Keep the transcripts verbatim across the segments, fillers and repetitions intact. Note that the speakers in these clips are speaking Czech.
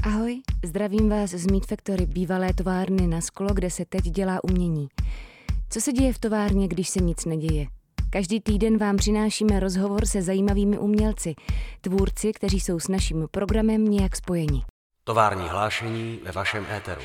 Ahoj, zdravím vás z Meat Factory, bývalé továrny na sklo, kde se teď dělá umění. Co se děje v továrně, když se nic neděje? Každý týden vám přinášíme rozhovor se zajímavými umělci, tvůrci, kteří jsou s naším programem nějak spojeni. Tovární hlášení ve vašem éteru.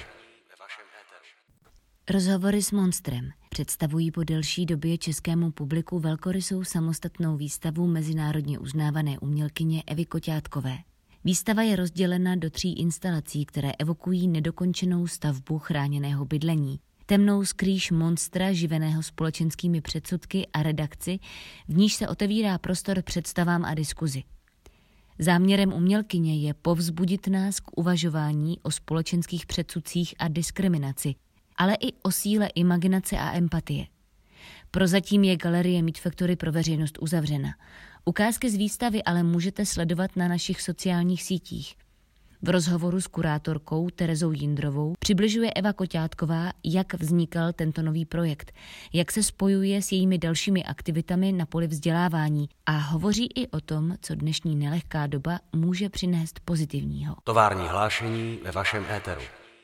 Rozhovory s Monstrem představují po delší době českému publiku velkorysou samostatnou výstavu mezinárodně uznávané umělkyně Evy Koťátkové. Výstava je rozdělena do tří instalací, které evokují nedokončenou stavbu chráněného bydlení. Temnou skrýž monstra živeného společenskými předsudky a redakci, v níž se otevírá prostor představám a diskuzi. Záměrem umělkyně je povzbudit nás k uvažování o společenských předsudcích a diskriminaci, ale i o síle imaginace a empatie. Prozatím je galerie Meat Factory pro veřejnost uzavřena. Ukázky z výstavy ale můžete sledovat na našich sociálních sítích. V rozhovoru s kurátorkou Terezou Jindrovou přibližuje Eva Koťátková, jak vznikal tento nový projekt, jak se spojuje s jejími dalšími aktivitami na poli vzdělávání a hovoří i o tom, co dnešní nelehká doba může přinést pozitivního. Tovární hlášení ve vašem éteru.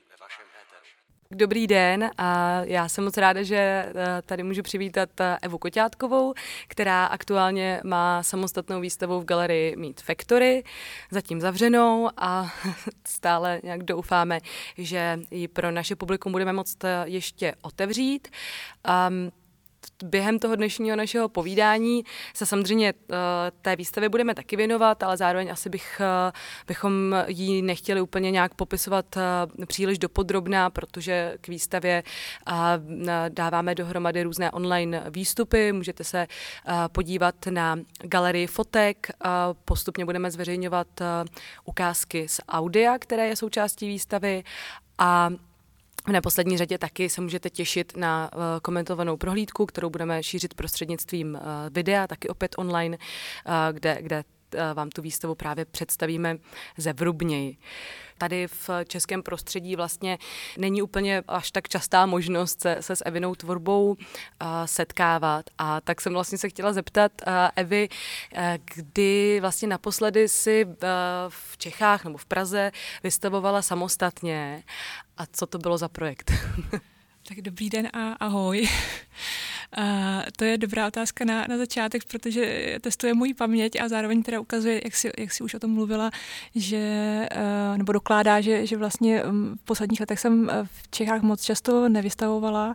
Dobrý den a já jsem moc ráda, že tady můžu přivítat Evu Koťátkovou, která aktuálně má samostatnou výstavu v galerii Meat Factory, zatím zavřenou a stále nějak doufáme, že ji pro naše publikum budeme moct ještě otevřít. Um, Během toho dnešního našeho povídání se samozřejmě uh, té výstavě budeme taky věnovat, ale zároveň asi bych, uh, bychom ji nechtěli úplně nějak popisovat uh, příliš dopodrobná, protože k výstavě uh, dáváme dohromady různé online výstupy. Můžete se uh, podívat na galerii fotek, uh, postupně budeme zveřejňovat uh, ukázky z audia, které je součástí výstavy, a v neposlední řadě taky se můžete těšit na uh, komentovanou prohlídku, kterou budeme šířit prostřednictvím uh, videa, taky opět online, uh, kde, kde uh, vám tu výstavu právě představíme zevrubněji. Tady v českém prostředí vlastně není úplně až tak častá možnost se, se s Evinou tvorbou uh, setkávat. A tak jsem vlastně se chtěla zeptat uh, Evy, uh, kdy vlastně naposledy si uh, v Čechách nebo v Praze vystavovala samostatně a co to bylo za projekt? Tak dobrý den a ahoj. Uh, to je dobrá otázka na, na začátek, protože testuje můj paměť a zároveň teda ukazuje, jak jsi, jak jsi už o tom mluvila, že, uh, nebo dokládá, že, že vlastně um, v posledních letech jsem v Čechách moc často nevystavovala.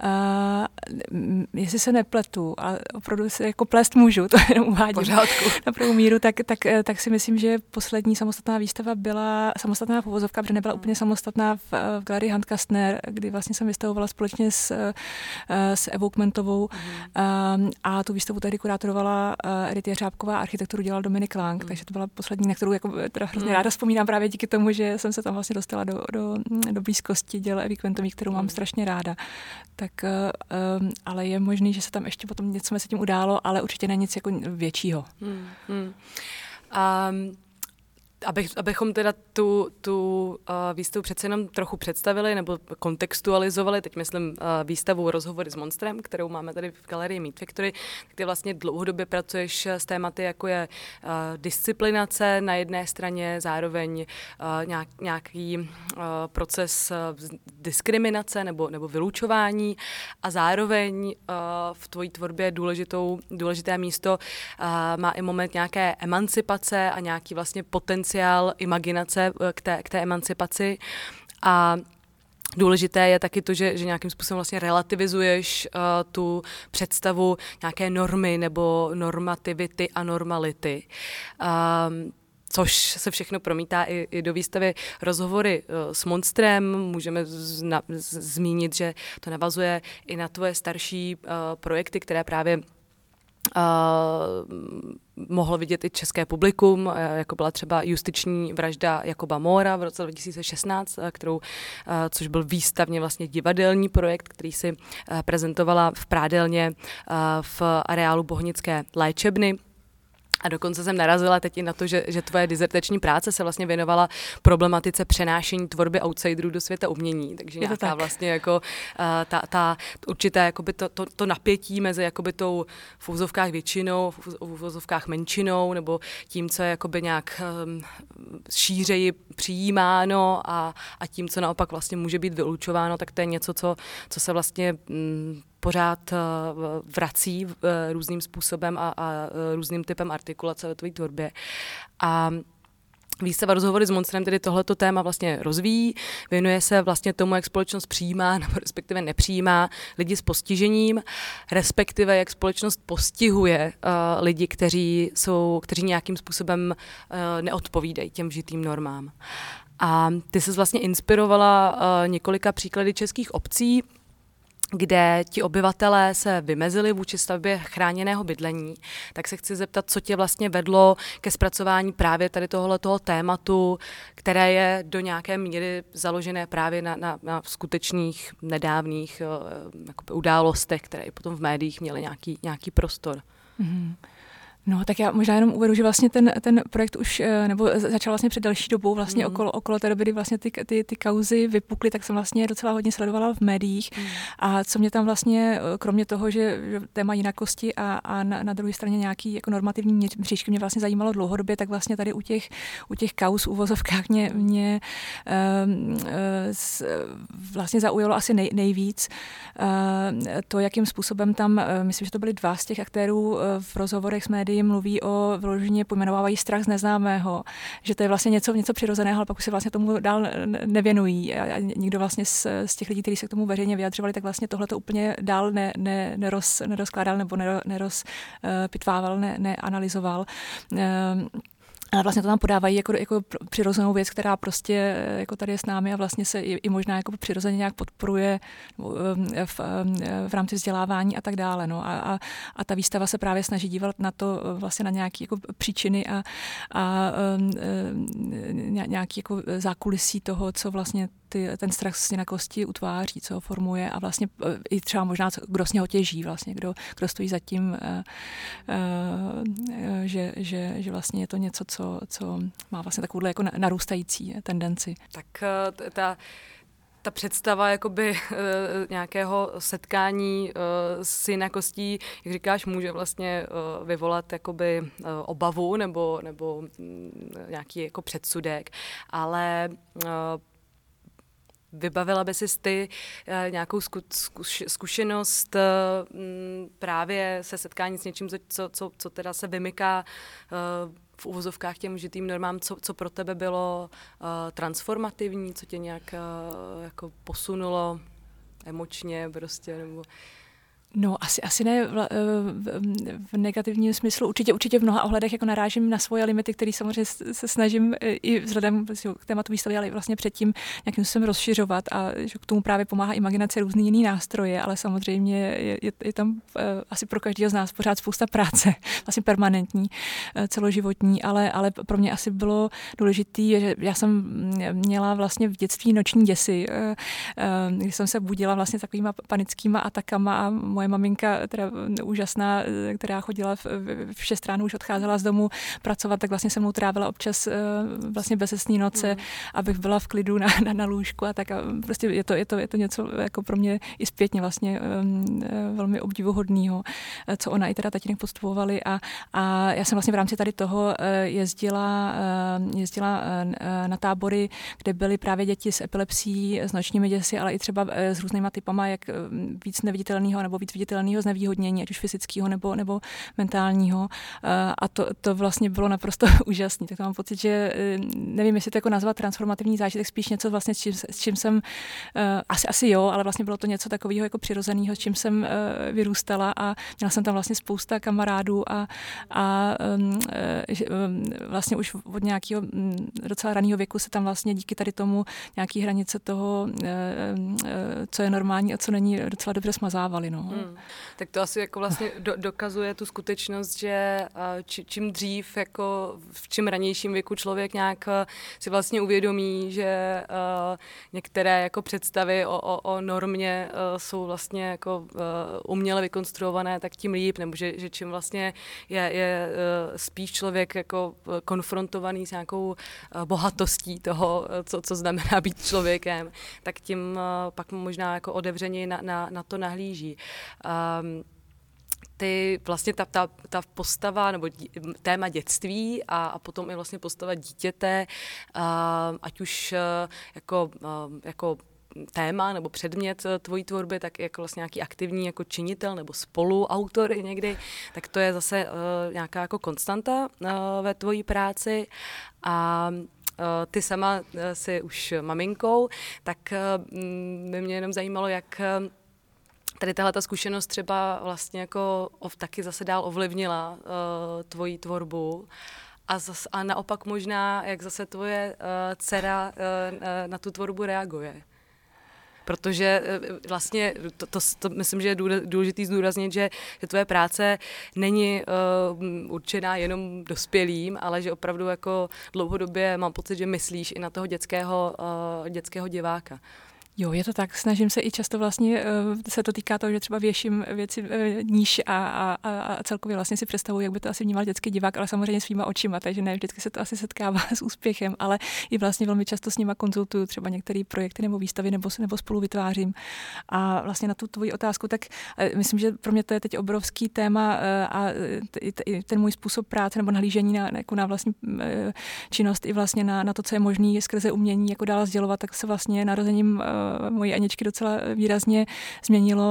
Uh, jestli se nepletu, a opravdu se jako plést můžu, to jenom uvádím na prvou míru, tak, tak, tak si myslím, že poslední samostatná výstava byla samostatná povozovka, protože nebyla úplně samostatná v, v galerii Handkastner, kdy vlastně jsem vystavovala společně s, s Evou Kmentovou. Mm. A tu výstavu tehdy kurátorovala Edith Jeřábková, architekturu dělal Dominik Lang, mm. takže to byla poslední, na kterou jako teda hrozně mm. ráda vzpomínám právě díky tomu, že jsem se tam vlastně dostala do, do, do blízkosti děl Evy Kmentový, kterou mám mm. strašně ráda. Tak, um, ale je možný, že se tam ještě potom něco mezi tím událo, ale určitě ne nic jako většího. Mm. Mm. Um. Abych, abychom teda tu, tu uh, výstavu přece jenom trochu představili nebo kontextualizovali, teď myslím uh, výstavu Rozhovory s monstrem, kterou máme tady v galerii Meat Factory, tak ty vlastně dlouhodobě pracuješ s tématy, jako je uh, disciplinace na jedné straně, zároveň uh, nějak, nějaký uh, proces uh, diskriminace nebo, nebo vylučování a zároveň uh, v tvojí tvorbě důležitou, důležité místo uh, má i moment nějaké emancipace a nějaký vlastně potenciál imaginace k té, k té emancipaci. A důležité je taky to, že, že nějakým způsobem vlastně relativizuješ uh, tu představu nějaké normy nebo normativity a normality. Um, což se všechno promítá i, i do výstavy Rozhovory uh, s monstrem. Můžeme zna, z, zmínit, že to navazuje i na tvoje starší uh, projekty, které právě Uh, mohlo vidět i české publikum, uh, jako byla třeba justiční vražda Jakuba Móra v roce dva tisíce šestnáct, uh, kterou, uh, což byl výstavně vlastně divadelní projekt, který si uh, prezentovala v Prádelně uh, v areálu Bohnické léčebny. A dokonce jsem narazila teď i na to, že, že tvoje dizertační práce se vlastně věnovala problematice přenášení tvorby outsiderů do světa umění. Takže nějaká tak. vlastně jako uh, ta, ta určité jakoby to, to, to napětí mezi jakoby tou v úvozovkách většinou, v úvozovkách menšinou, nebo tím, co je jakoby nějak um, šířeji přijímáno a, a tím, co naopak vlastně může být vylučováno, tak to je něco, co, co se vlastně mm, pořád vrací různým způsobem a, a různým typem artikulace ve tvojí tvorbě. A výstava Rozhovory s monstrem tedy tohleto téma vlastně rozvíjí, věnuje se vlastně tomu, jak společnost přijímá nebo respektive nepřijímá lidi s postižením, respektive jak společnost postihuje uh, lidi, kteří jsou, kteří nějakým způsobem uh, neodpovídají těm vžitým normám. A ty ses vlastně inspirovala uh, několika příklady českých obcí, kde ti obyvatelé se vymezili vůči stavbě chráněného bydlení, tak se chci zeptat, co tě vlastně vedlo ke zpracování právě tady tohoto tématu, které je do nějaké míry založené právě na, na, na skutečných nedávných uh, událostech, které i potom v médiích měly nějaký, nějaký prostor. Mm-hmm. No, tak já možná jenom uvedu, že vlastně ten, ten projekt už, nebo začal vlastně před další dobou, vlastně mm. okolo, okolo té doby, kdy vlastně ty, ty, ty kauzy vypukly, tak jsem vlastně docela hodně sledovala v médiích. Mm. A co mě tam vlastně, kromě toho, že, že téma jinakosti a, a na, na druhé straně nějaký jako normativní mřížky mě vlastně zajímalo dlouhodobě, tak vlastně tady u těch, u těch kauz, u uvozovkách mě, mě um, uh, vlastně zaujalo asi nej, nejvíc uh, to, jakým způsobem tam, uh, myslím, že to byly dva z těch aktérů uh, v rozhovorech s médií, mluví o vyloženě, pojmenovávají strach z neznámého, že to je vlastně něco, něco přirozeného, ale pak už se vlastně tomu dál nevěnují. A nikdo vlastně z, z těch lidí, kteří se k tomu veřejně vyjadřovali, tak vlastně tohle to úplně dál ne, ne, neroz, nerozkládal nebo nerozpitvával, ne, neanalyzoval. A vlastně to tam podávají jako, jako přirozenou věc, která prostě jako tady je s námi a vlastně se i, i možná jako přirozeně nějak podporuje v, v rámci vzdělávání a tak dále. No. A, a, a ta výstava se právě snaží dívat na to vlastně na nějaké jako příčiny a, a nějaké jako zákulisí toho, co vlastně ty, ten strach z jinakosti utváří, co ho formuje a vlastně i třeba možná, kdo z něho těží, vlastně, kdo, kdo stojí za tím, že, že, že vlastně je to něco, co, co má vlastně takovouhle jako narůstající tendenci. Tak ta, ta představa jakoby nějakého setkání s jinakostí, jak říkáš, může vlastně vyvolat jakoby obavu nebo, nebo nějaký jako předsudek, ale vybavila by si ty uh, nějakou zku, zkuš, zkušenost uh, právě se setkání s něčím, co, co, co teda se vymyká uh, v uvozovkách těm žitým normám, co, co pro tebe bylo uh, transformativní, co tě nějak uh, jako posunulo emočně prostě, nebo... No, asi, asi ne v, v, v negativním smyslu. Určitě, určitě v mnoha ohledech jako narážím na svoje limity, které samozřejmě se snažím i vzhledem k tématu výstavy, ale vlastně předtím nějakým způsobem rozšiřovat a že k tomu právě pomáhá imaginace různý jiný nástroje, ale samozřejmě je, je, je tam asi pro každého z nás pořád spousta práce, vlastně permanentní, celoživotní, ale, ale pro mě asi bylo důležité, že já jsem měla vlastně v dětství noční děsy, když jsem se budila vlastně takovýma panickýma atakama a moje maminka, teda úžasná, která chodila v, v šest ráno, už odcházela z domu pracovat, tak vlastně se mnou trávila občas vlastně bezesní noce, mm. abych byla v klidu na, na, na lůžku a tak. A prostě je to, je, to, je to něco jako pro mě i zpětně vlastně um, velmi obdivuhodného, co ona i teda tatínek podstupovali. A, a já jsem vlastně v rámci tady toho jezdila, jezdila na tábory, kde byly právě děti s epilepsií, s nočními děsy, ale i třeba s různýma typama, jak víc neviditelného nebo víc viditelného znevýhodnění, ať už fyzického nebo, nebo mentálního. A to, to vlastně bylo naprosto úžasné. Tak to mám pocit, že nevím, jestli to jako nazvat transformativní zážitek, spíš něco vlastně, s čím, s čím jsem, asi, asi jo, ale vlastně bylo to něco takového jako přirozeného, s čím jsem vyrůstala a měla jsem tam vlastně spousta kamarádů a, a vlastně už od nějakého docela raného věku se tam vlastně díky tady tomu nějaký hranice toho, co je normální a co není, docela dobře smazávaly. No. Hmm. Tak to asi jako vlastně do, dokazuje tu skutečnost, že či, čím dřív, jako v čím ranějším věku člověk nějak si vlastně uvědomí, že uh, některé jako představy o, o, o normě uh, jsou vlastně jako uh, uměle vykonstruované, tak tím líp, nebo že, že čím vlastně je, je uh, spíš člověk jako konfrontovaný s nějakou uh, bohatostí toho, co, co znamená být člověkem, tak tím uh, pak možná jako otevřeněji na, na, na to nahlíží. Um, ty vlastně ta, ta, ta postava nebo dí, téma dětství a, a potom i vlastně postava dítěte, uh, ať už uh, jako, uh, jako téma nebo předmět tvojí tvorby, tak jako vlastně nějaký aktivní jako činitel nebo spoluautor i někdy, tak to je zase uh, nějaká jako konstanta uh, ve tvojí práci. A ty sama jsi už maminkou, tak by mě jenom zajímalo, jak tady tahle ta zkušenost třeba vlastně jako taky zase dál ovlivnila uh, tvoji tvorbu a, zas, a naopak možná, jak zase tvoje uh, dcera uh, na tu tvorbu reaguje. Protože vlastně to, to, to myslím, že je důležité zdůraznit, že, že tvoje práce není uh, určená jenom dospělým, ale že opravdu jako dlouhodobě mám pocit, že myslíš i na toho dětského, uh, dětského diváka. Jo, je to tak. Snažím se i často vlastně, se to týká toho, že třeba věším věci níž a, a, a celkově vlastně si představuji, jak by to asi vnímal dětský divák, ale samozřejmě svýma očima, takže ne vždycky se to asi setkává s úspěchem, ale i vlastně velmi často s nima konzultuju třeba některé projekty nebo výstavy nebo, nebo spolu vytvářím. A vlastně na tu tvoji otázku, tak myslím, že pro mě to je teď obrovský téma a i ten můj způsob práce nebo nahlížení na, jako na vlastní činnost i vlastně na, na to, co je možné skrze umění jako dál sdělovat, tak se vlastně narozením mojí Aničky docela výrazně změnilo.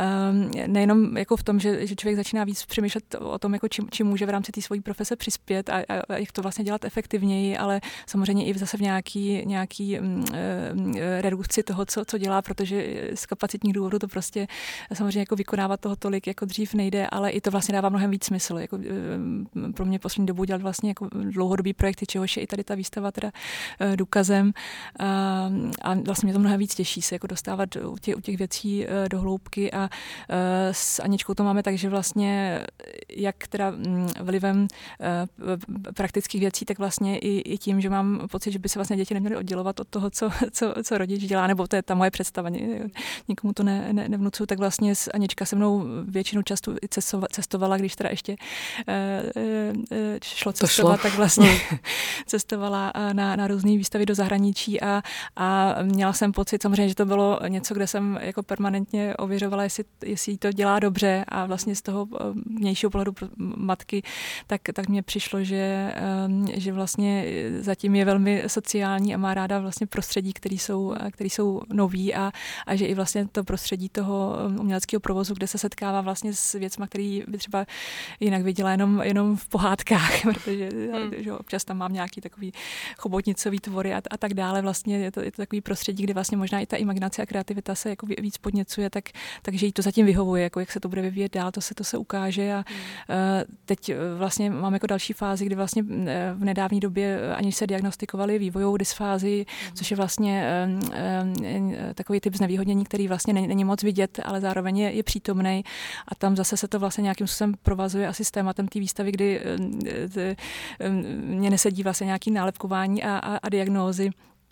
Nejenom jako v tom, že, že člověk začíná víc přemýšlet o tom, jako čím, čím může v rámci té svojí profese přispět a, a jak to vlastně dělat efektivněji, ale samozřejmě i zase v nějaký, nějaký um, redukci toho, co, co dělá, protože z kapacitních důvodů to prostě samozřejmě jako vykonávat toho tolik jako dřív nejde, ale i to vlastně dává mnohem víc smysl. Jako, um, pro mě poslední dobu dělat vlastně jako dlouhodobý projekty, čehož je i tady ta výstava teda uh, důkazem a, a vlastně mě to mnohem víc těší se jako dostávat u těch, u těch věcí uh, do hloubky a uh, s Aničkou to máme tak, že vlastně jak teda vlivem uh, praktických věcí, tak vlastně i, i tím, že mám pocit, že by se vlastně děti neměly oddělovat od toho, co, co, co rodič dělá, nebo to je ta moje představa, nikomu to ne, ne, nevnucuju, tak vlastně Anička se mnou většinu času cestovala, když teda ještě uh, uh, šlo cestovat, šlo. tak vlastně cestovala na, na různé výstavy do zahraničí a, a měla jsem pocit samozřejmě, že to bylo něco, kde jsem jako permanentně ověřovala, jestli, jestli jí to dělá dobře a vlastně z toho vnějšího pohledu matky, tak, tak mně přišlo, že, že vlastně zatím je velmi sociální a má ráda vlastně prostředí, které jsou, které jsou nový a, a že i vlastně to prostředí toho uměleckého provozu, kde se setkává vlastně s věcma, který by třeba jinak viděla jenom, jenom v pohádkách, protože hmm. že občas tam mám nějaký takový chobotnicový tvory a, a tak dále. Vlastně je to, je to takový prostředí, kde vlastně možná i ta imaginace a kreativita se jako víc podněcuje, tak, takže jí to zatím vyhovuje, jako jak se to bude vyvíjet dál, to se to se ukáže a hmm. uh, teď vlastně mám jako další fázi, kdy vlastně v nedávné době ani se diagnostikovali vývojovou dysfázi, hmm. což je vlastně um, um, takový typ znevýhodnění, který vlastně není, není moc vidět, ale zároveň je, je přítomnej a tam zase se to vlastně nějakým způsobem provazuje asi s tématem té výstavy, kdy um, um, mě nesedí vlastně nějaký nálepkování a, a, a diagnózy.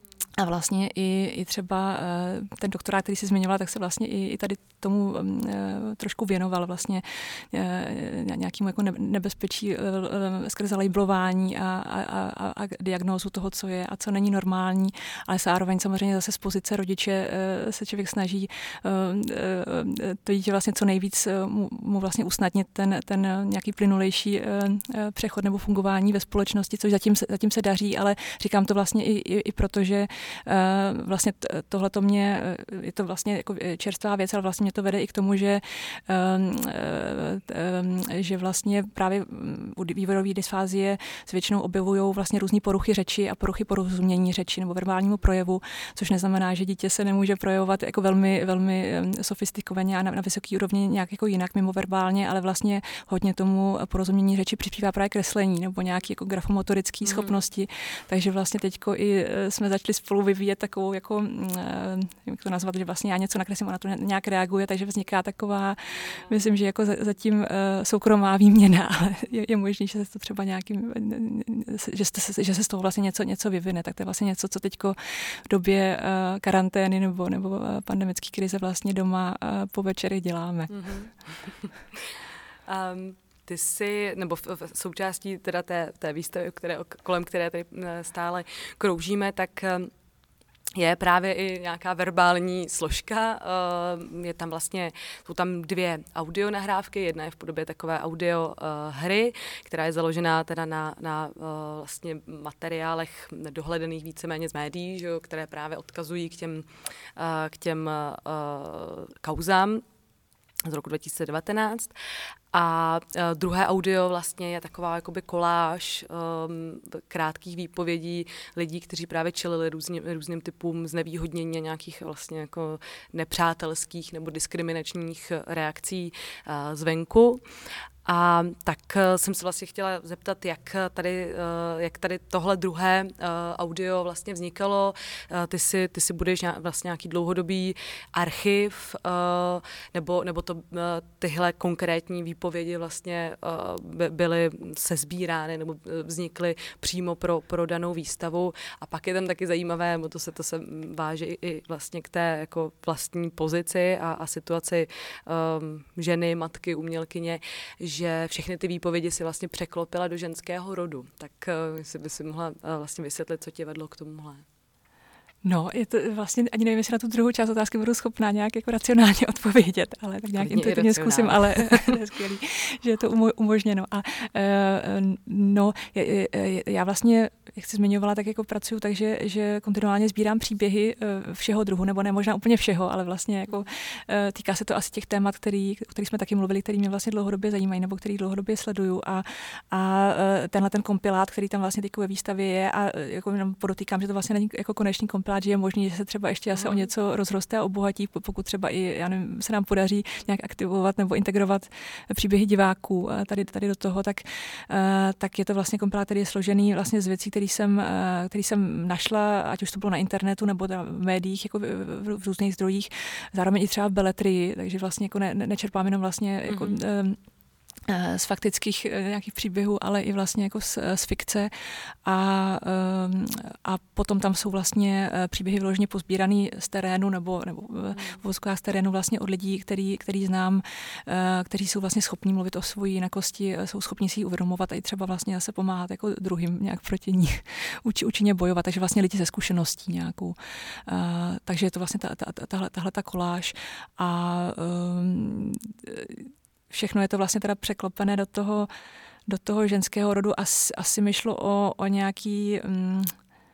A vlastně i, i třeba uh, ten doktorát, který jsi zmiňovala, tak se vlastně i, i tady tomu um, trošku věnoval vlastně uh, nějakému jako nebezpečí uh, skrze labelování a, a, a, a diagnózu toho, co je a co není normální, ale zároveň samozřejmě zase z pozice rodiče uh, se člověk snaží uh, uh, to dítě vlastně co nejvíc uh, mu, mu vlastně usnadnit ten, ten nějaký plynulejší uh, přechod nebo fungování ve společnosti, což zatím se, zatím se daří, ale říkám to vlastně i, i, i proto, že Uh, vlastně tohle to mě, je to vlastně jako čerstvá věc, ale vlastně mě to vede i k tomu, že, uh, uh, uh, že vlastně právě u vývojové dysfázie se většinou objevují vlastně různý poruchy řeči a poruchy porozumění řeči nebo verbálnímu projevu, což neznamená, že dítě se nemůže projevovat jako velmi, velmi sofistikovaně a na, na vysoký úrovni nějak jako jinak mimo verbálně, ale vlastně hodně tomu porozumění řeči přispívá právě kreslení nebo nějaké jako grafomotorické mm. schopnosti, takže vlastně teďko i jsme začali spolu vyvíjet takovou, jako, jak to nazvat, že vlastně já něco nakreslím, ona to nějak reaguje, takže vzniká taková, myslím, že jako zatím soukromá výměna, ale je, je možný, že se to třeba nějakým, že, jste, že se z toho vlastně něco, něco vyvine, tak to je vlastně něco, co teďko v době karantény nebo, nebo pandemické krize vlastně doma po večerech děláme. Mm-hmm. um. Ty jsi, nebo v, v součástí teda té, té výstavy, které, kolem které tady stále kroužíme, tak je právě i nějaká verbální složka. Je tam vlastně, jsou tam dvě audio nahrávky, jedna je v podobě takové audio hry, která je založená teda na, na vlastně materiálech dohledaných víceméně z médií, že, které právě odkazují k těm, k těm kauzám z roku dva tisíce devatenáct. A uh, druhé audio vlastně je taková jakoby koláž um, krátkých výpovědí lidí, kteří právě čelili různě, různým typům znevýhodnění a nějakých vlastně jako nepřátelských nebo diskriminačních reakcí uh, zvenku. A tak jsem se vlastně chtěla zeptat, jak tady, jak tady tohle druhé audio vlastně vznikalo. Ty si, ty si budeš vlastně nějaký dlouhodobý archiv, nebo, nebo to, tyhle konkrétní výpovědi vlastně byly sesbírány nebo vznikly přímo pro, pro danou výstavu. A pak je tam taky zajímavé, bo to se, to se váže i vlastně k té jako vlastní pozici a, a situaci um, ženy, matky, umělkyně, že všechny ty výpovědi si vlastně překlopila do ženského rodu. Tak uh, jestli by si mohla uh, vlastně vysvětlit, co tě vedlo k tomuhle. No, je to vlastně, ani nevím, jestli na tu druhou část otázky budu schopná nějak jako racionálně odpovědět, ale tak nějak intuitivně zkusím, ale to je skvělý, že je to umo- umožněno. A uh, no, já vlastně, jak jsi zmiňovala, tak jako pracuju, takže že kontinuálně sbírám příběhy uh, všeho druhu, nebo ne možná úplně všeho, ale vlastně jako uh, týká se to asi těch témat, který, o kterých jsme taky mluvili, který mě vlastně dlouhodobě zajímají, nebo který dlouhodobě sleduju. A, a uh, tenhle ten kompilát, který tam vlastně teď ve výstavě je, a jako podotýkám, že to vlastně není jako konečný kompilát, že je možný, že se třeba ještě asi o něco rozroste a obohatí, pokud třeba i, já nevím, se nám podaří nějak aktivovat nebo integrovat příběhy diváků tady, tady do toho, tak, tak je to vlastně kompilát, který je složený vlastně z věcí, který jsem, který jsem našla, ať už to bylo na internetu nebo v médiích, jako v, v různých zdrojích, zároveň i třeba v beletrii, takže vlastně jako ne, nečerpám jenom vlastně jako mm-hmm. z faktických nějakých příběhů, ale i vlastně jako z, z fikce a, a potom tam jsou vlastně příběhy vyloženě pozbíraný z terénu nebo, nebo v vozkách z terénu vlastně od lidí, který, který znám, kteří jsou vlastně schopní mluvit o svojí jinakosti, jsou schopni si ji uvědomovat a i třeba vlastně zase pomáhat jako druhým nějak proti ní uči, účinně bojovat, takže vlastně lidi se zkušeností nějakou. Takže je to vlastně ta, ta, tahle, tahle ta koláž a um, všechno je to vlastně teda překlopené do toho, do toho ženského rodu. As, asi mi šlo o, o nějaký... Um,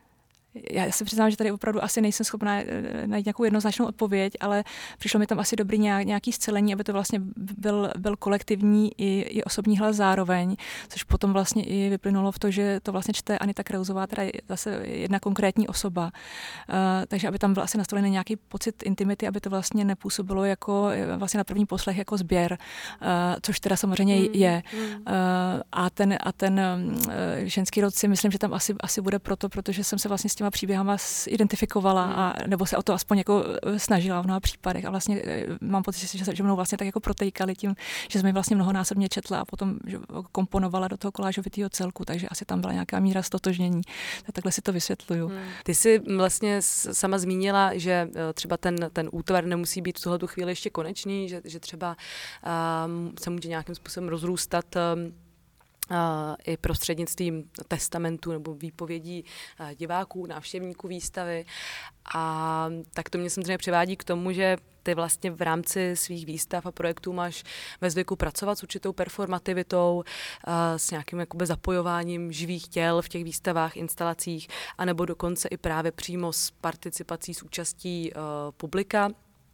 já se přiznám, že tady opravdu asi nejsem schopná najít nějakou jednoznačnou odpověď, ale přišlo mi tam asi dobrý nějaký scelení, aby to vlastně byl, byl kolektivní i, i osobní hlas zároveň, což potom vlastně i vyplynulo v to, že to vlastně čte Anita Krausová, teda zase jedna konkrétní osoba. Uh, takže aby tam byl asi nastolený nějaký pocit intimity, aby to vlastně nepůsobilo jako vlastně na první poslech jako sběr, uh, což teda samozřejmě mm. je. Uh, a ten, a ten uh, ženský rod si myslím, že tam asi, asi bude proto, protože jsem se vlastně s těma příběhama identifikovala, a, nebo se o to aspoň jako snažila v mnoha případech a vlastně mám pocit, že, že mnou vlastně tak jako protejkali tím, že jsme vlastně mnohonásobně četla a potom že komponovala do toho kolážovitýho celku, takže asi tam byla nějaká míra stotožnění. Tak takhle si to vysvětluju. Hmm. Ty jsi vlastně sama zmínila, že třeba ten, ten útvar nemusí být v tuhletu chvíli ještě konečný, že, že třeba um, se může nějakým způsobem rozrůstat um, Uh, i prostřednictvím testamentu nebo výpovědí uh, diváků, návštěvníků výstavy. A tak to mě samozřejmě přivádí k tomu, že ty vlastně v rámci svých výstav a projektů máš ve zvyku pracovat s určitou performativitou, uh, s nějakým jakoby zapojováním živých těl v těch výstavách, instalacích, anebo dokonce i právě přímo s participací, s účastí uh, publika.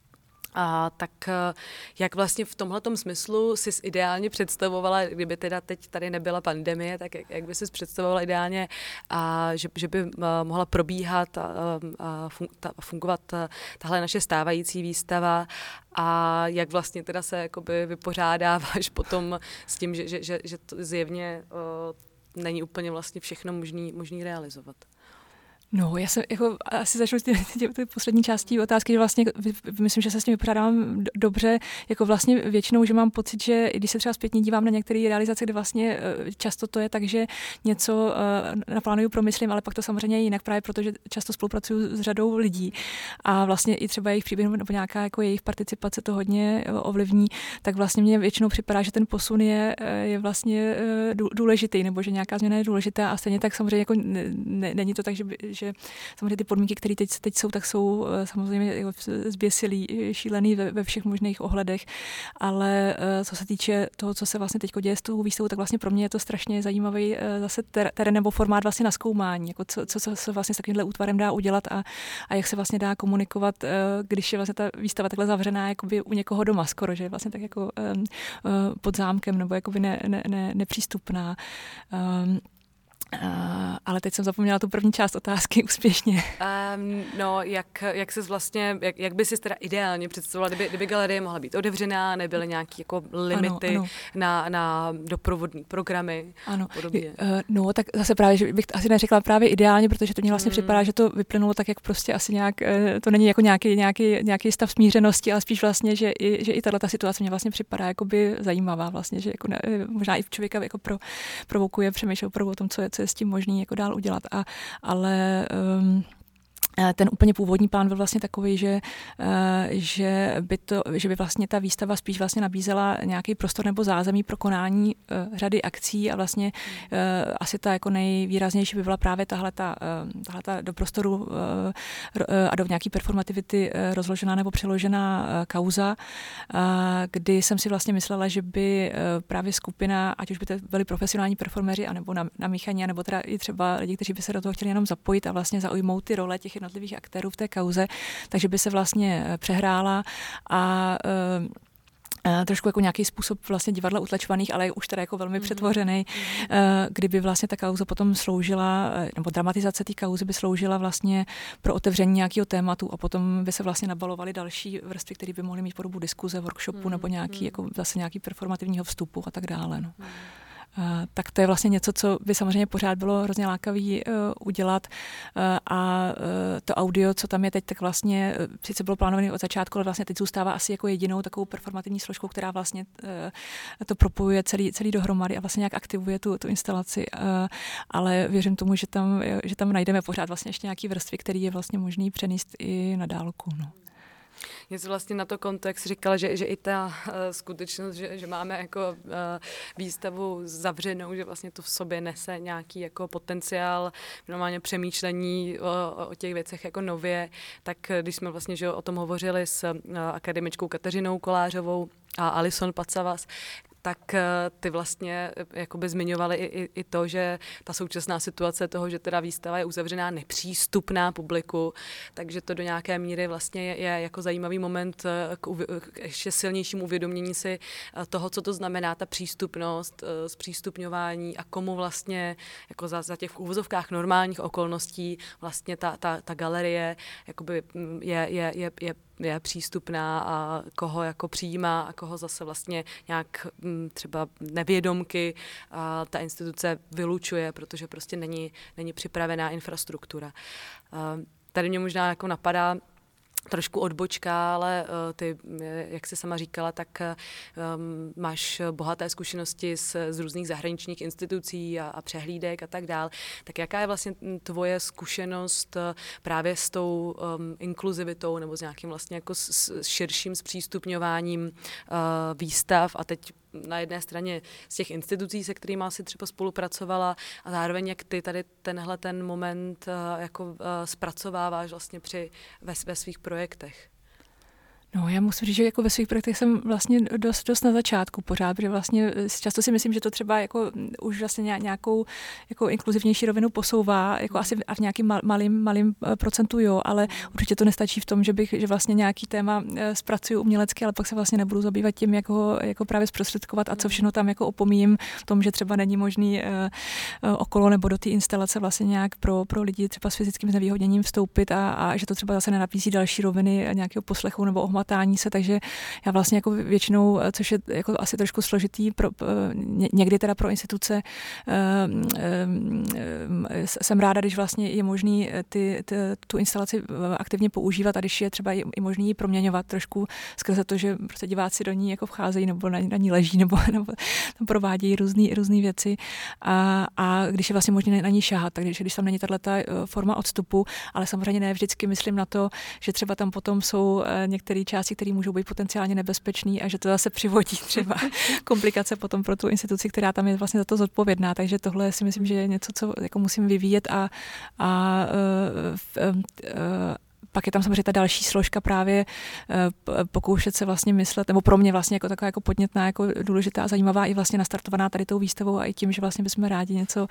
A tak jak vlastně v tomhletom smyslu jsi ideálně představovala, kdyby teda teď tady nebyla pandemie, tak jak, jak by jsi představovala ideálně, a že, že by mohla probíhat a, a fungovat tahle naše stávající výstava a jak vlastně teda se jakoby vypořádáváš potom s tím, že, že, že, že to zjevně uh, není úplně vlastně všechno možný, možný realizovat. No, já se jako asi začnu s ty poslední částí otázky, že vlastně myslím, že se s tím vypořádám dobře, jako vlastně většinou, že mám pocit, že když se třeba zpětně dívám na některé realizace, kde vlastně často to je tak, že něco naplánuju, promyslím, ale pak to samozřejmě je jinak právě, protože často spolupracuju s řadou lidí a vlastně i třeba jejich příběh nebo nějaká jako jejich participace to hodně ovlivní, tak vlastně mně většinou připadá, že ten posun je, je vlastně důležitý, nebo že nějaká změna je důležitá a stejně tak samozřejmě jako ne, není to tak, že, že samozřejmě ty podmínky, které teď, teď jsou, tak jsou samozřejmě jako zběsilý, šílený ve, ve všech možných ohledech, ale co se týče toho, co se vlastně teď děje s tou výstavou, tak vlastně pro mě je to strašně zajímavý zase terén nebo formát vlastně na zkoumání, jako co, co, co se vlastně s takovýmhle útvarem dá udělat a, a jak se vlastně dá komunikovat, když je vlastně ta výstava takhle zavřená jakoby u někoho doma skoro, že je vlastně tak jako um, pod zámkem nebo jakoby ne, ne, ne, nepřístupná. Um, Uh, ale teď jsem zapomněla tu první část otázky úspěšně. Um, no, jak, jak ses vlastně, jak, jak by si teda ideálně představovala, kdyby, kdyby galerie mohla být otevřená, nebyly nějaké jako limity ano, ano. Na, na doprovodní programy ano. podobně? Uh, no, tak zase právě, že bych asi neřekla právě ideálně, protože to mně vlastně hmm. připadá, že to vyplynulo tak, jak prostě asi nějak, uh, to není jako nějaký, nějaký, nějaký stav smířenosti, ale spíš vlastně, že i, že i tato situace mě vlastně připadá jakoby zajímavá vlastně, že jako ne, možná i člověka jako pro, provokuje přemýšlet opravdu o tom, co je, co je s tím možný jako dál udělat. A, ale um, ten úplně původní plán byl vlastně takový, že, že, by to, že by vlastně ta výstava spíš vlastně nabízela nějaký prostor nebo zázemí pro konání řady akcí a vlastně asi ta jako nejvýraznější by byla právě tahleta, tahleta do prostoru a do nějaký performativity rozložená nebo přeložená kauza, kdy jsem si vlastně myslela, že by právě skupina, ať už by to byli profesionální performeři, anebo na, na míchaní, nebo teda i třeba lidi, kteří by se do toho chtěli jenom zapojit a vlastně zaujmout ty role těch jednotlivých aktérů v té kauze, takže by se vlastně přehrála a Uh, trošku jako nějaký způsob vlastně divadla utlačovaných, ale už teda jako velmi mm-hmm. přetvořený, uh, kdyby vlastně ta kauza potom sloužila, nebo dramatizace té kauzy by sloužila vlastně pro otevření nějakého tématu a potom by se vlastně nabalovaly další vrstvy, které by mohly mít podobu diskuze, workshopu mm-hmm. nebo nějaký, jako zase nějaký performativního vstupu a tak dále. No. Mm. Uh, tak to je vlastně něco, co by samozřejmě pořád bylo hrozně lákavý uh, udělat uh, a uh, to audio, co tam je teď, tak vlastně uh, sice bylo plánované od začátku, ale vlastně teď zůstává asi jako jedinou takovou performativní složkou, která vlastně uh, to propojuje celý, celý dohromady a vlastně nějak aktivuje tu, tu instalaci, uh, ale věřím tomu, že tam, že tam najdeme pořád vlastně ještě nějaký vrstvy, který je vlastně možný přenést i na dálku. No. Něco vlastně na to kontext říkala, že, že i ta uh, skutečnost, že, že máme jako uh, výstavu zavřenou, že vlastně to v sobě nese nějaký jako potenciál normálně přemýšlení o, o těch věcech jako nově, tak když jsme vlastně že o tom hovořili s uh, akademičkou Kateřinou Kolářovou a Alison Pacavas, tak ty vlastně jakoby zmiňovali i, i, i to, že ta současná situace toho, že teda výstava je uzavřená, nepřístupná publiku, takže to do nějaké míry vlastně je, je jako zajímavý moment k, uvi, k ještě silnějšímu uvědomění si toho, co to znamená ta přístupnost, zpřístupňování a komu vlastně jako za, za těch v úvozovkách normálních okolností vlastně ta, ta, ta galerie jakoby je, je, je, je je přístupná a koho jako přijímá a koho zase vlastně nějak třeba nevědomky a ta instituce vylučuje, protože prostě není, není připravená infrastruktura. Tady mě možná jako napadá trošku odbočka, ale uh, ty, jak jsi sama říkala, tak um, máš bohaté zkušenosti z, z různých zahraničních institucí a, a přehlídek a tak dál. Tak jaká je vlastně tvoje zkušenost uh, právě s tou um, inkluzivitou nebo s nějakým vlastně jako s, s širším zpřístupňováním uh, výstav a teď na jedné straně z těch institucí, se kterými si třeba spolupracovala a zároveň jak ty tady tenhle ten moment uh, jako uh, zpracováváš vlastně při, ve, ve svých projektech. No, já musím říct, že jako ve svých projektech jsem vlastně dost, dost na začátku pořád, protože vlastně často si myslím, že to třeba jako už vlastně nějakou jako inkluzivnější rovinu posouvá, jako asi a v nějakým malým, malým procentu jo, ale určitě to nestačí v tom, že bych, že vlastně nějaký téma zpracuju umělecky, ale pak se vlastně nebudu zabývat tím, jak ho jako právě zprostředkovat a co všechno tam jako opomíjím v tom, že třeba není možný uh, okolo nebo do té instalace vlastně nějak pro, pro lidi třeba s fyzickým znevýhodněním vstoupit a, a že to třeba zase nenapísí další roviny nějakého poslechu nebo ohmat zamotání se, takže já vlastně jako většinou, což je jako asi trošku složitý, pro, někdy teda pro instituce, jsem ráda, když vlastně je možný ty, ty, tu instalaci aktivně používat a když je třeba i možný ji proměňovat trošku skrze to, že prostě diváci do ní jako vcházejí nebo na, na ní leží nebo, nebo tam provádějí různé různé věci a, a když je vlastně možné na ní šáhat, takže když tam není tato forma odstupu, ale samozřejmě ne vždycky myslím na to, že třeba tam potom jsou některé části, které můžou být potenciálně nebezpečné a že to zase přivodí třeba komplikace potom pro tu instituci, která tam je vlastně za to zodpovědná, takže tohle si myslím, že je něco, co jako musím vyvíjet a, a uh, uh, uh, pak je tam samozřejmě ta další složka právě pokoušet se vlastně myslet, nebo pro mě vlastně jako taková jako podnětná, jako důležitá a zajímavá i vlastně nastartovaná tady tou výstavou a i tím, že vlastně bychom rádi něco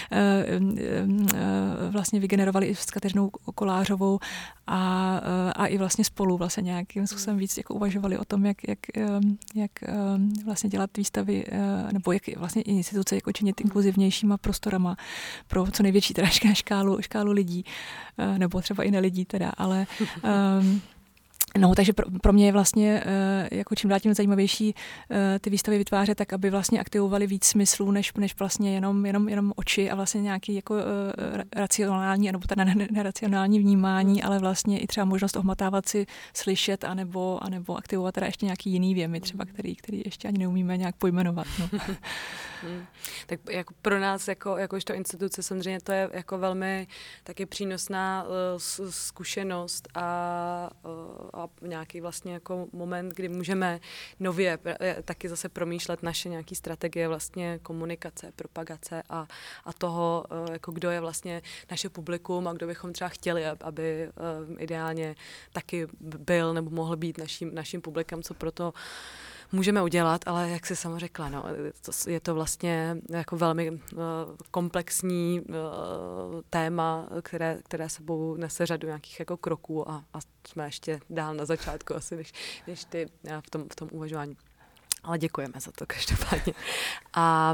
vlastně vygenerovali i s Kateřinou Kolářovou a, a i vlastně spolu vlastně nějakým způsobem víc jako uvažovali o tom, jak, jak, jak vlastně dělat výstavy, nebo jak vlastně instituce jako činit inkluzivnějšíma prostorama pro co největší teda škálu, škálu lidí, nebo třeba i nelidí teda, ale um, no, takže pro, pro mě je vlastně uh, jako čím dál tím zajímavější uh, ty výstavy vytvářet tak, aby vlastně aktivovali víc smyslů, než, než vlastně jenom, jenom, jenom oči a vlastně nějaký jako uh, racionální, nebo teda neracionální vnímání, ale vlastně i třeba možnost ohmatávat si, slyšet, anebo, anebo aktivovat teda ještě nějaký jiný věmy, třeba který, který ještě ani neumíme nějak pojmenovat. No. Hmm. Tak jako pro nás, jako, jakožto instituce, samozřejmě to je jako velmi taky přínosná uh, zkušenost a, uh, a nějaký vlastně jako moment, kdy můžeme nově taky zase promýšlet naše nějaké strategie vlastně komunikace, propagace a, a toho, uh, jako kdo je vlastně naše publikum a kdo bychom třeba chtěli, aby uh, ideálně taky byl nebo mohl být naším, naším publikem, co proto můžeme udělat, ale jak jsi sama řekla, no, je to vlastně jako velmi uh, komplexní uh, téma, které, které sebou nese řadu nějakých jako kroků a, a jsme ještě dál na začátku asi, než, než ty v tom, v tom uvažování. Ale děkujeme za to každopádně. A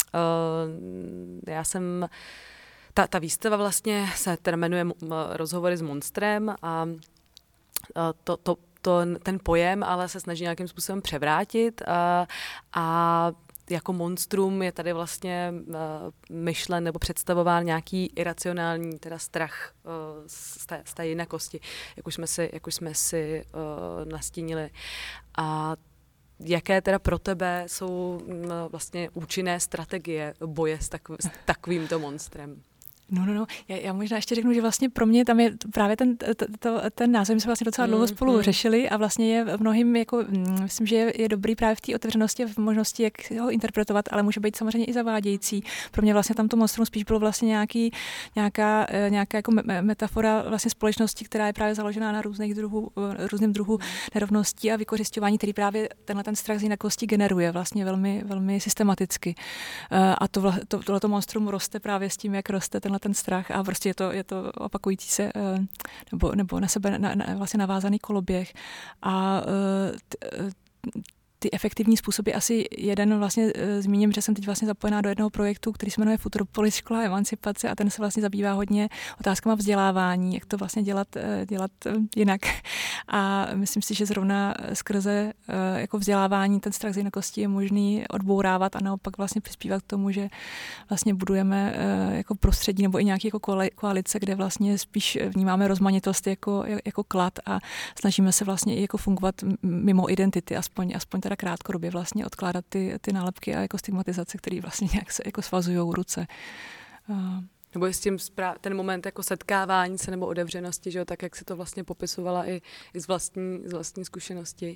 uh, já jsem, ta, ta výstava vlastně se teda jmenuje Rozhovory s monstrem a uh, to, to To, ten pojem ale se snaží nějakým způsobem převrátit a, a jako monstrum je tady vlastně uh, myšlen nebo představován nějaký iracionální teda strach uh, z, té, z té jinakosti, jak už jsme si, jak už jsme si uh, nastínili. A jaké teda pro tebe jsou uh, vlastně účinné strategie boje s, takv, s takovýmto monstrem? No, no, no. Já, já možná ještě řeknu, že vlastně pro mě tam je právě ten, to, to, ten název, my jsme vlastně docela dlouho spolu mm. řešili a vlastně je v mnohým, jako, myslím, že je, je dobrý právě v té otevřenosti, v možnosti, jak ho interpretovat, ale může být samozřejmě i zavádějící. Pro mě vlastně tam to monstrum spíš bylo vlastně nějaký, nějaká, nějaká jako metafora vlastně společnosti, která je právě založená na různých druhů, různým druhu nerovností a vykořisťování, který právě tenhle ten strach z jinakosti generuje vlastně velmi, velmi systematicky. A to, to, tohleto monstrum roste právě s tím, jak roste tenhle ten strach a prostě je to, je to opakující se nebo, nebo na sebe na, na, vlastně navázaný koloběh a t, ty efektivní způsoby asi jeden vlastně e, zmíním, že jsem teď vlastně zapojená do jednoho projektu, který se jmenuje Futuropolis, škola emancipace a ten se vlastně zabývá hodně otázkama vzdělávání, jak to vlastně dělat, e, dělat jinak. A myslím si, že zrovna skrze e, jako vzdělávání ten strach z jinakosti je možný odbourávat a naopak vlastně přispívat k tomu, že vlastně budujeme e, jako prostředí nebo i nějaké jako koalice, kde vlastně spíš vnímáme rozmanitost jako, jako klad a snažíme se vlastně i jako fungovat mimo identity, aspoň, aspoň teda krátkodobě vlastně odkládat ty, ty nálepky a jako stigmatizace, které vlastně nějak se jako svazujou ruce. Uh. Nebo je s tím správ, ten moment jako setkávání se nebo otevřenosti, že jo, tak jak se to vlastně popisovala i, i z, vlastní, z vlastní zkušenosti.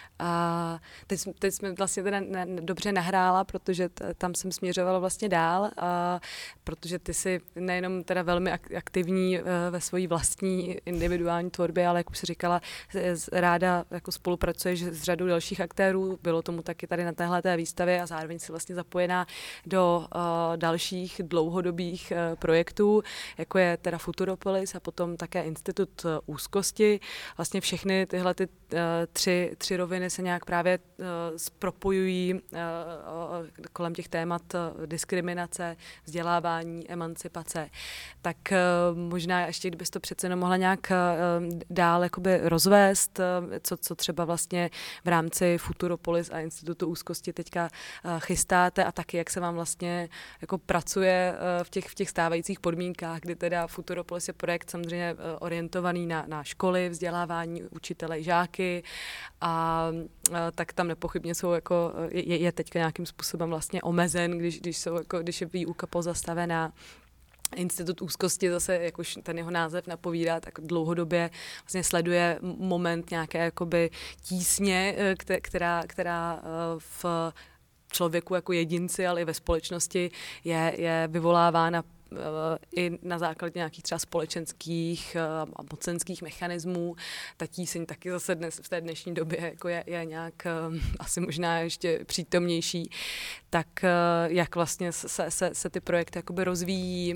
A teď, teď jsme vlastně teda ne, dobře nahrála, protože t, tam jsem směřovala vlastně dál, a protože ty jsi nejenom teda velmi aktivní ve své vlastní individuální tvorbě, ale jak už jsi říkala, ráda jako spolupracuješ s řadou dalších aktérů, bylo tomu taky tady na téhleté výstavě a zároveň si vlastně zapojená do uh, dalších dlouhodobých uh, projektů, jako je teda Futuropolis a potom také Institut úzkosti. Vlastně všechny tyhle ty, uh, tři, tři roviny se nějak právě uh, propojují uh, kolem těch témat uh, diskriminace, vzdělávání, emancipace. Tak uh, možná ještě, kdybys to přece jenom mohla nějak uh, dál jakoby rozvést, uh, co, co třeba vlastně v rámci Futuropolis a Institutu úzkosti teďka uh, chystáte a taky, jak se vám vlastně jako pracuje uh, v těch, v těch stávajících podmínkách, kdy teda Futuropolis je projekt samozřejmě uh, orientovaný na, na školy, vzdělávání učitele i žáky a uh, tak tam nepochybně jsou jako, je, je teďka nějakým způsobem vlastně omezen, když, když, jsou jako, když je výuka pozastavená. Institut úzkosti zase, jak už ten jeho název napovídá, tak dlouhodobě vlastně sleduje moment nějaké jakoby tísně, která, která v člověku jako jedinci, ale i ve společnosti je, je vyvolávána i na základě nějakých třeba společenských a mocenských mechanismů. Ta tíseň taky zase dnes, v té dnešní době jako je, je nějak asi možná ještě přítomnější. Tak jak vlastně se, se, se ty projekty jakoby rozvíjí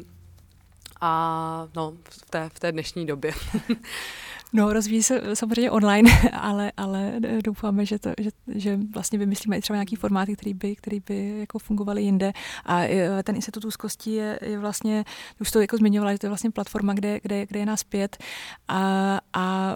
a no, v té, v té dnešní době. No, rozvíjí se samozřejmě online, ale, ale doufáme, že, to, že, že vlastně vymyslíme i třeba nějaký formáty, který by, který by jako fungovaly jinde. A ten Institut úzkosti je, je vlastně, už to jako zmiňovala, že to je vlastně platforma, kde, kde, kde je nás pět a, a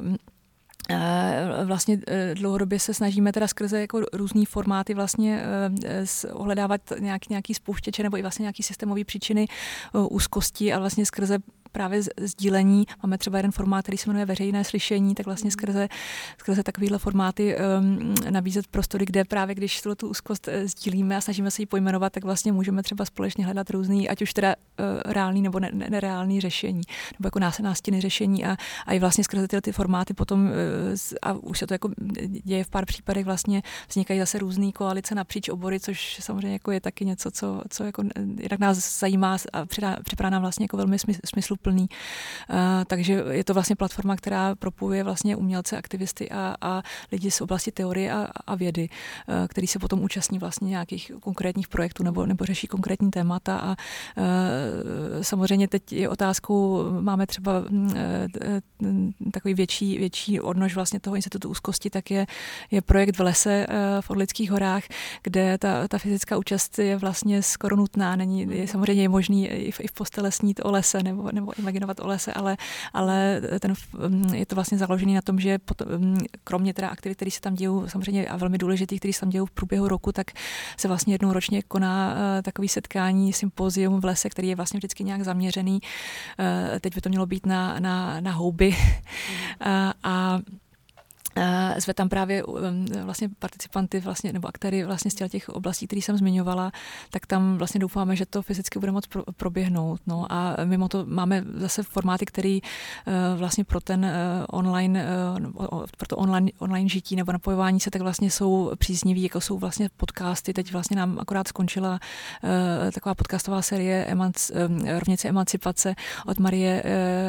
vlastně dlouhodobě se snažíme teda skrze jako různý formáty vlastně ohledávat nějaký, nějaký spouštěče nebo i vlastně nějaký systémový příčiny úzkosti a vlastně skrze právě sdílení. Máme třeba jeden formát, který se jmenuje veřejné slyšení, tak vlastně skrze, skrze takovýhle formáty um, nabízet prostory, kde právě když tu úzkost sdílíme a snažíme se ji pojmenovat, tak vlastně můžeme třeba společně hledat různý, ať už teda uh, reálný nebo ne, nereálný řešení, nebo jako nás, nástěny řešení a, a i vlastně skrze tyhle ty formáty potom uh, a už se to jako děje v pár případech, vlastně vznikají zase různý koalice napříč obory, což samozřejmě jako je taky něco, co, co jako jednak nás zajímá a připadá nám vlastně jako velmi smysl plný. Uh, takže je to vlastně platforma, která propojuje vlastně umělce, aktivisty a, a lidi z oblasti teorie a, a vědy, uh, který se potom účastní vlastně nějakých konkrétních projektů nebo, nebo řeší konkrétní témata a uh, samozřejmě teď je otázkou, máme třeba uh, takový větší, větší odnož vlastně toho Institutu úzkosti, tak je, je projekt v lese uh, v Orlických horách, kde ta, ta fyzická účast je vlastně skoro nutná. Není, je, samozřejmě je možný i v, i v postele snít o lese nebo, nebo imaginovat o lese, ale, ale ten, je to vlastně založený na tom, že potom, kromě teda aktivit, které se tam dějou samozřejmě a velmi důležitých, které se tam dějou v průběhu roku, tak se vlastně jednou ročně koná uh, takový setkání, sympozium v lese, který je vlastně vždycky nějak zaměřený. Uh, teď by to mělo být na, na, na houby. uh, a Zve tam právě vlastně participanty vlastně, nebo aktéry vlastně z těch oblastí, které jsem zmiňovala, tak tam vlastně doufáme, že to fyzicky bude moct proběhnout. No a mimo to máme zase formáty, které vlastně pro ten online, pro to online, online žití nebo napojování se, tak vlastně jsou příznivý, jako jsou vlastně podcasty. Teď vlastně nám akorát skončila taková podcastová série Emanc, Rovnice emancipace od Marie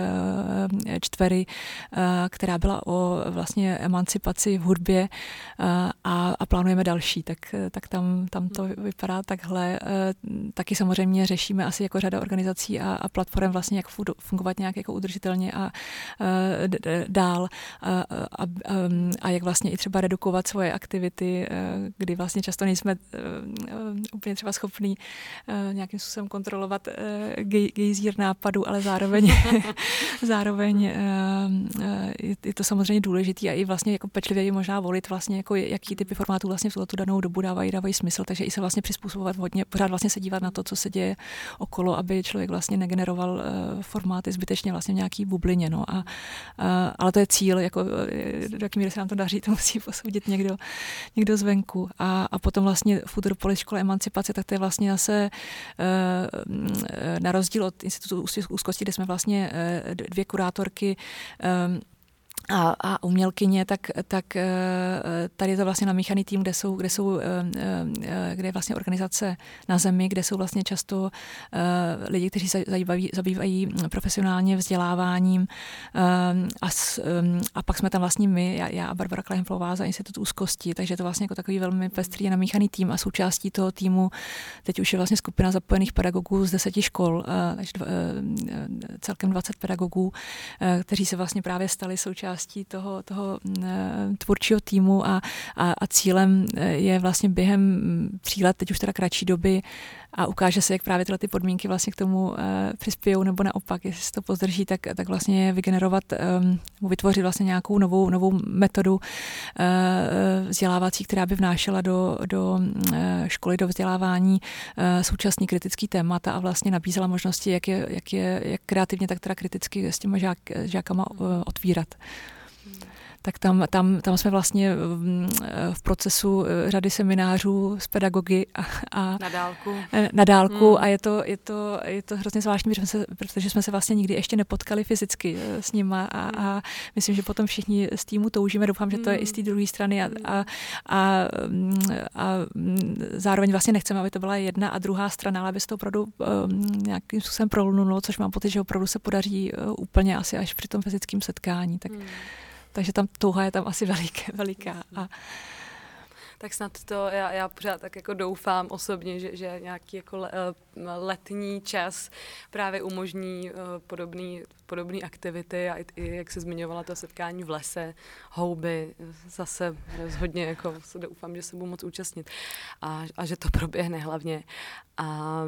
Čtvery, která byla o vlastně emancipaci v hudbě a, a plánujeme další, tak, tak tam, tam to vypadá takhle. Taky samozřejmě řešíme asi jako řada organizací a, a platform vlastně, jak fungovat nějak jako udržitelně a, a dál a, a, a jak vlastně i třeba redukovat svoje aktivity, kdy vlastně často nejsme úplně třeba schopní nějakým způsobem kontrolovat gejzír nápadu, ale zároveň, zároveň je to samozřejmě důležitý a i vlastně jako pečlivě je možná volit vlastně jako jaký typy formátů vlastně v tu danou dobu dávají, dávají smysl, takže i se vlastně přizpůsobovat hodně, pořád vlastně se dívat na to, co se děje okolo, aby člověk vlastně negeneroval uh, formáty zbytečně vlastně v nějaký bublině, no a, uh, ale to je cíl, jako do jaký míry se nám to daří, to musí posoudit někdo, někdo zvenku a, a potom vlastně Futuropolis škola emancipace, tak to je vlastně zase uh, na rozdíl od Institutu úzkosti, kde jsme vlastně uh, dvě kurátorky um, A, a umělkyně, tak, tak tady je to vlastně namíchaný tým, kde jsou, kde jsou, kde je vlastně organizace na zemi, kde jsou vlastně často lidi, kteří se zabývají, zabývají profesionálně vzděláváním a, a pak jsme tam vlastně my, já, já a Barbara Kleinflová za Institut úzkosti, takže je to vlastně jako takový velmi pestrý a namíchaný tým a součástí toho týmu teď už je vlastně skupina zapojených pedagogů z deseti škol, takže celkem dvacet pedagogů, kteří se vlastně právě stali součástí toho, toho tvůrčího týmu a, a, a cílem je vlastně během tří let, teď už teda kratší doby a ukáže se, jak právě tyhle ty podmínky vlastně k tomu uh, přispějou nebo naopak, jestli se to pozdrží, tak, tak vlastně vygenerovat, um, vytvořit vlastně nějakou novou, novou metodu uh, vzdělávací, která by vnášela do, do uh, školy, do vzdělávání uh, současný kritický témata a vlastně nabízela možnosti, jak je, jak je jak kreativně, tak teda kriticky s těma žák, žákama uh, otvírat. Tak tam, tam, tam jsme vlastně v procesu řady seminářů s pedagogy a, a na dálku, na dálku hmm. a je to, je, to, je to hrozně zvláštní, protože jsme, se, protože jsme se vlastně nikdy ještě nepotkali fyzicky s nima a, hmm. a myslím, že potom všichni z týmu toužíme, doufám, že to je i z té druhé strany a, a, a, a zároveň vlastně nechceme, aby to byla jedna a druhá strana, ale aby se to opravdu nějakým způsobem prolnulo, což mám pocit, že opravdu se podaří úplně asi až při tom fyzickém setkání. Tak hmm. Takže tam touha je tam asi veliké, veliká. A tak snad to, já, já pořád tak jako doufám osobně, že, že nějaký jako le, letní čas právě umožní uh, podobný, podobný aktivity a i, i jak se zmiňovala to setkání v lese, houby, zase rozhodně jako doufám, že se budu moc účastnit a, a že to proběhne hlavně. A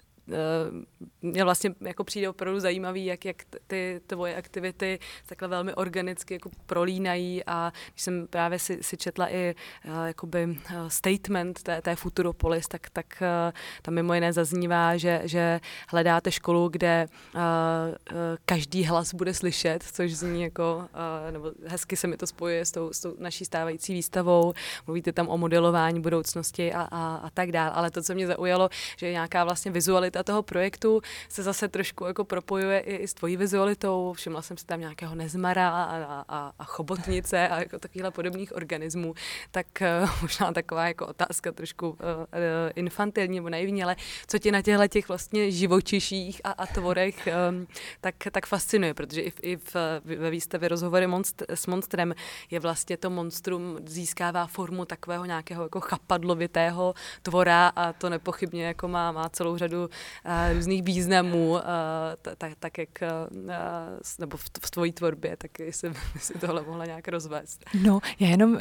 mně vlastně jako přijde opravdu zajímavý, jak, jak ty tvoje aktivity takhle velmi organicky jako prolínají a když jsem právě si, si četla i uh, jakoby uh, statement té, té Futuropolis, tak, tak uh, tam mimo jiné zaznívá, že, že hledáte školu, kde uh, uh, každý hlas bude slyšet, což zní jako, uh, nebo hezky se mi to spojuje s tou, s tou naší stávající výstavou, mluvíte tam o modelování budoucnosti a, a, a tak dál, ale to, co mě zaujalo, že je nějaká vlastně vizualita toho projektu se zase trošku jako propojuje i, i s tvojí vizualitou. Všimla jsem si tam nějakého nezmara a, a, a chobotnice a jako takovýchhle podobných organismů. Tak uh, možná taková jako otázka trošku uh, infantilní nebo naivní, ale co tě na těchto těch vlastně živočiších a, a tvorech um, tak, tak fascinuje, protože i, v, i v, ve výstavě Rozhovory monst, s monstrem je vlastně to monstrum získává formu takového nějakého jako chapadlovitého tvora a to nepochybně jako má, má celou řadu Uh, různých významů, uh, t- t- tak jak uh, nebo v, v tvojí tvorbě, tak jestli si tohle mohla nějak rozvést. No, já jenom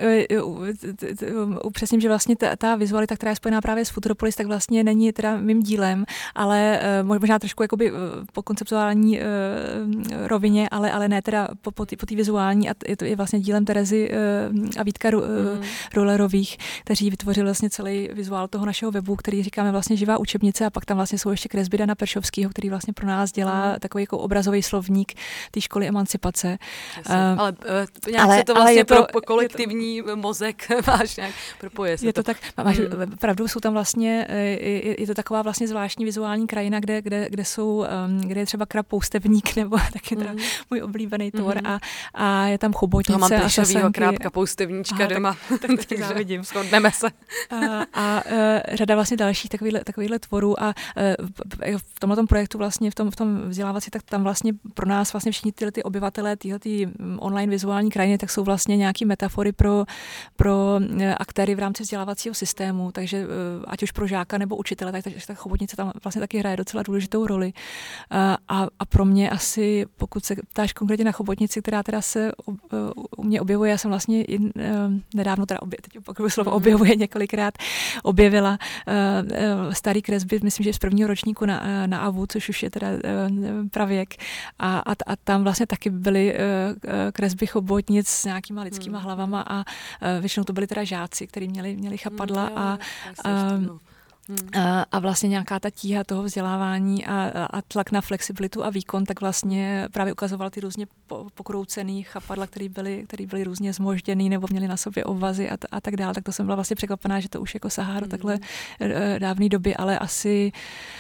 upřesním, že vlastně ta, ta vizualita, která je spojená právě s Futuropolis, tak vlastně není teda mým dílem, ale uh, možná trošku jakoby uh, po konceptuální uh, rovině, ale, ale ne teda po, po té po vizuální a je to je vlastně dílem Terezy uh, a Vítka uh, mm. Rollerových, kteří vytvořili vlastně celý vizuál toho našeho webu, který říkáme vlastně živá učebnice a pak tam vlastně jsou ještě kresby Dana Peršovskýho, který vlastně pro nás dělá mm. takový jako obrazový slovník té školy emancipace. Uh, ale uh, nějak ale, se to vlastně to, pro kolektivní to, mozek máš nějak propoje se je to. to tak, máš mm. pravdu, jsou tam vlastně, je, je to taková vlastně zvláštní vizuální krajina, kde, kde, kde jsou, um, kde je třeba krab poustevník, nebo taky teda mm. můj oblíbený tvor mm. a, a je tam chobotnice a sasanky. To mám krábka poustevníčka Aha, doma. Tak, tak taky závidím. Shodneme se. A, a uh, řada vlastně dalších takovýchhle, takovýchhle tvorů a uh, v tomhle projektu vlastně v tom, v tom vzdělávací, tak tam vlastně pro nás vlastně všichni tyhle ty obyvatelé tyhle online vizuální krajiny, tak jsou vlastně nějaký metafory pro, pro aktéry v rámci vzdělávacího systému, takže ať už pro žáka nebo učitele, tak ta chobotnice tam vlastně taky hraje docela důležitou roli. A, a pro mě asi, pokud se ptáš konkrétně na chobotnici, která teda se u mě objevuje, já jsem vlastně in, nedávno, teda obě, teď opakuju slovo objevuje několikrát, objevila starý kresby, myslím, že z prvního ročníku na, na A V U, což už je teda pravěk. A, a, a tam vlastně taky byly kresby chobotnic s nějakýma lidskýma hlavama a většinou to byly teda žáci, kteří měli, měli chapadla. Mm, jo, a, a Hmm. A, a vlastně nějaká ta tíha toho vzdělávání a, a tlak na flexibilitu a výkon, tak vlastně právě ukazoval ty různě pokroucený chapadla, které byly, který byly různě zmožděný nebo měly na sobě obvazy a, t- a tak dále. Tak to jsem byla vlastně překvapená, že to už jako sahá do hmm. takhle uh, dávné doby, ale asi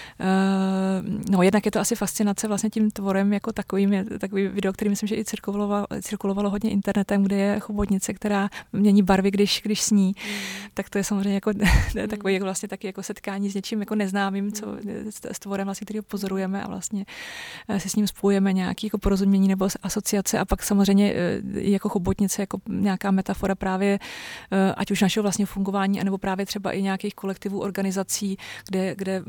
uh, no jednak je to asi fascinace vlastně tím tvorem jako takovým, je takový video, který myslím, že i cirkulovalo, cirkulovalo hodně internetem, kde je chobotnice, která mění barvy, když, když sní. Hmm. Tak to je samozřejmě jako takový jako vlastně taky jako setkání s něčím jako neznámým, co s tvorem vlastně, který ho pozorujeme a vlastně se s ním spojujeme nějaké jako porozumění nebo asociace a pak samozřejmě jako chobotnice, jako nějaká metafora právě ať už našeho vlastně fungování, anebo právě třeba i nějakých kolektivů, organizací, kde, kde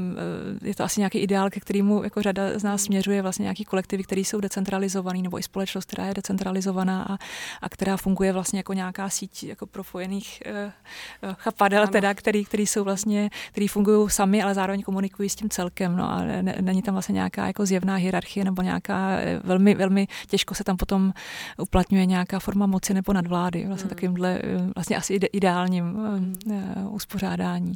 je to asi nějaký ideál, ke kterému jako řada z nás směřuje, vlastně nějaký kolektivy, které jsou decentralizovaný, nebo i společnost, která je decentralizovaná a, a která funguje vlastně jako nějaká síť jako propojených uh, chapadel, ano. teda, který, který jsou vlastně, který fungují sami, ale zároveň komunikují s tím celkem, no a ne, není tam vlastně nějaká jako zjevná hierarchie nebo nějaká velmi, velmi těžko se tam potom uplatňuje nějaká forma moci nebo nadvlády, vlastně hmm. takovýmhle vlastně asi ide, ideálním hmm. uh, uspořádání.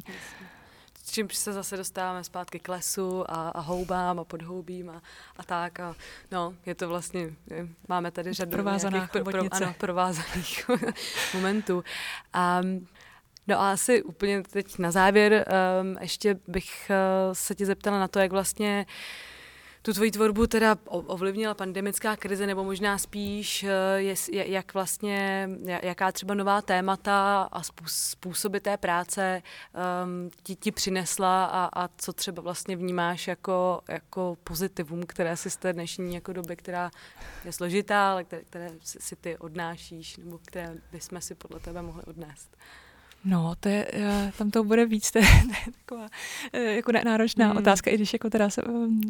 S čímž se zase dostáváme zpátky k lesu a, a houbám a podhoubím a, a tak. A, no, je to vlastně, je, máme tady řadu provázaných pro, pro, ano, provázaných momentů. A no a asi úplně teď na závěr um, ještě bych uh, se tě zeptala na to, jak vlastně tu tvoji tvorbu teda ovlivnila pandemická krize, nebo možná spíš, je, jak vlastně, jaká třeba nová témata a způsoby té práce um, ti, ti přinesla a, a co třeba vlastně vnímáš jako, jako pozitivum, které si z té dnešní jako doby, která je složitá, ale které, které si, si ty odnášíš, nebo které bychom si podle tebe mohli odnést. No, to je, tam to bude víc, to je, to je taková jako náročná hmm. otázka, i když jako teda se,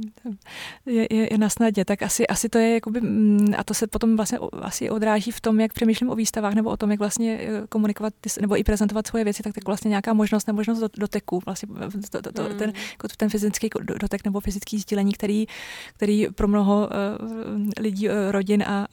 je, je, je na snadě, tak asi, asi to je jakoby, a to se potom vlastně asi odráží v tom, jak přemýšlím o výstavách, nebo o tom, jak vlastně komunikovat, nebo i prezentovat svoje věci, tak tak vlastně nějaká možnost, nemožnost doteku, vlastně to, to, to, hmm. ten, ten fyzický dotek nebo fyzický sdílení, který, který pro mnoho lidí, rodin a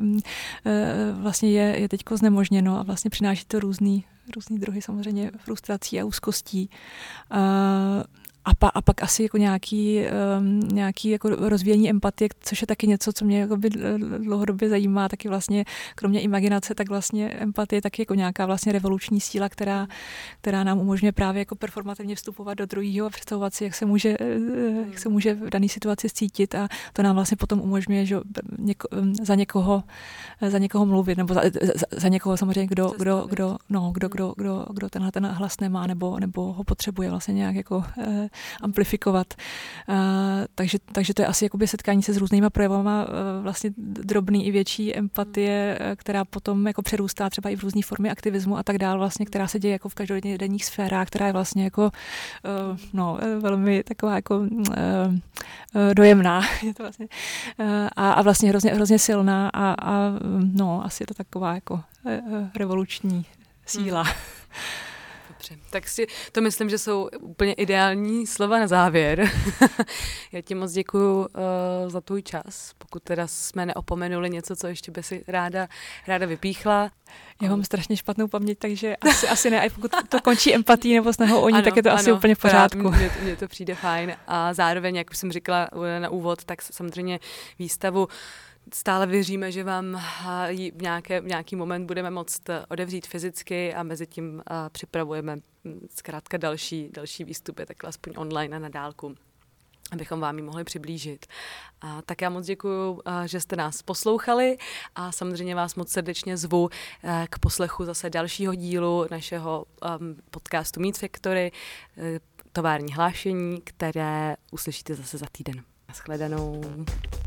vlastně je, je teďko znemožněno a vlastně přináší to různý různý druhy samozřejmě frustrací a úzkostí. Uh, A, pa, a pak asi jako nějaký, um, nějaký jako rozvíjení empatie, což je taky něco, co mě jakoby dlouhodobě zajímá, taky vlastně kromě imaginace, tak vlastně empatie je taky jako nějaká vlastně revoluční síla, která, která nám umožňuje právě jako performativně vstupovat do druhého a představovat si, jak se může, jak se může v dané situaci cítit a to nám vlastně potom umožňuje, že něko, za někoho za někoho mluvit, nebo za, za, za někoho samozřejmě, kdo, kdo, kdo, no, kdo, kdo, kdo, kdo tenhle ten hlas nemá, nebo, nebo ho potřebuje vlastně nějak jako amplifikovat. Uh, takže, takže to je asi jakoby setkání se s různýma projevama uh, vlastně drobný i větší empatie, uh, která potom jako přerůstá třeba i v různé formy aktivismu a tak dál, vlastně, která se děje jako v každodenních sférách, která je vlastně jako uh, no, velmi taková jako uh, uh, dojemná. Je to vlastně, uh, a, a vlastně hrozně, hrozně silná a, a no, asi je to taková jako uh, revoluční síla. Hmm. Dobře, tak si to myslím, že jsou úplně ideální slova na závěr. Já ti moc děkuju uh, za tvůj čas, pokud teda jsme neopomenuli něco, co ještě by si ráda, ráda vypíchla. Já mám strašně špatnou paměť, takže asi, asi ne, a pokud to končí empatí nebo snahou o ní, ano, tak je to ano, asi úplně v pořádku. Mně, mně to přijde fajn a zároveň, jak už jsem říkala na úvod, tak samozřejmě výstavu stále věříme, že vám v nějaké, v nějaký moment budeme moct odevřít fyzicky a mezi tím připravujeme zkrátka další, další výstupy, takhle aspoň online a na dálku, abychom vám ji mohli přiblížit. A tak já moc děkuju, že jste nás poslouchali a samozřejmě vás moc srdečně zvu k poslechu zase dalšího dílu našeho podcastu Meet Factory, tovární hlášení, které uslyšíte zase za týden. Naschledanou.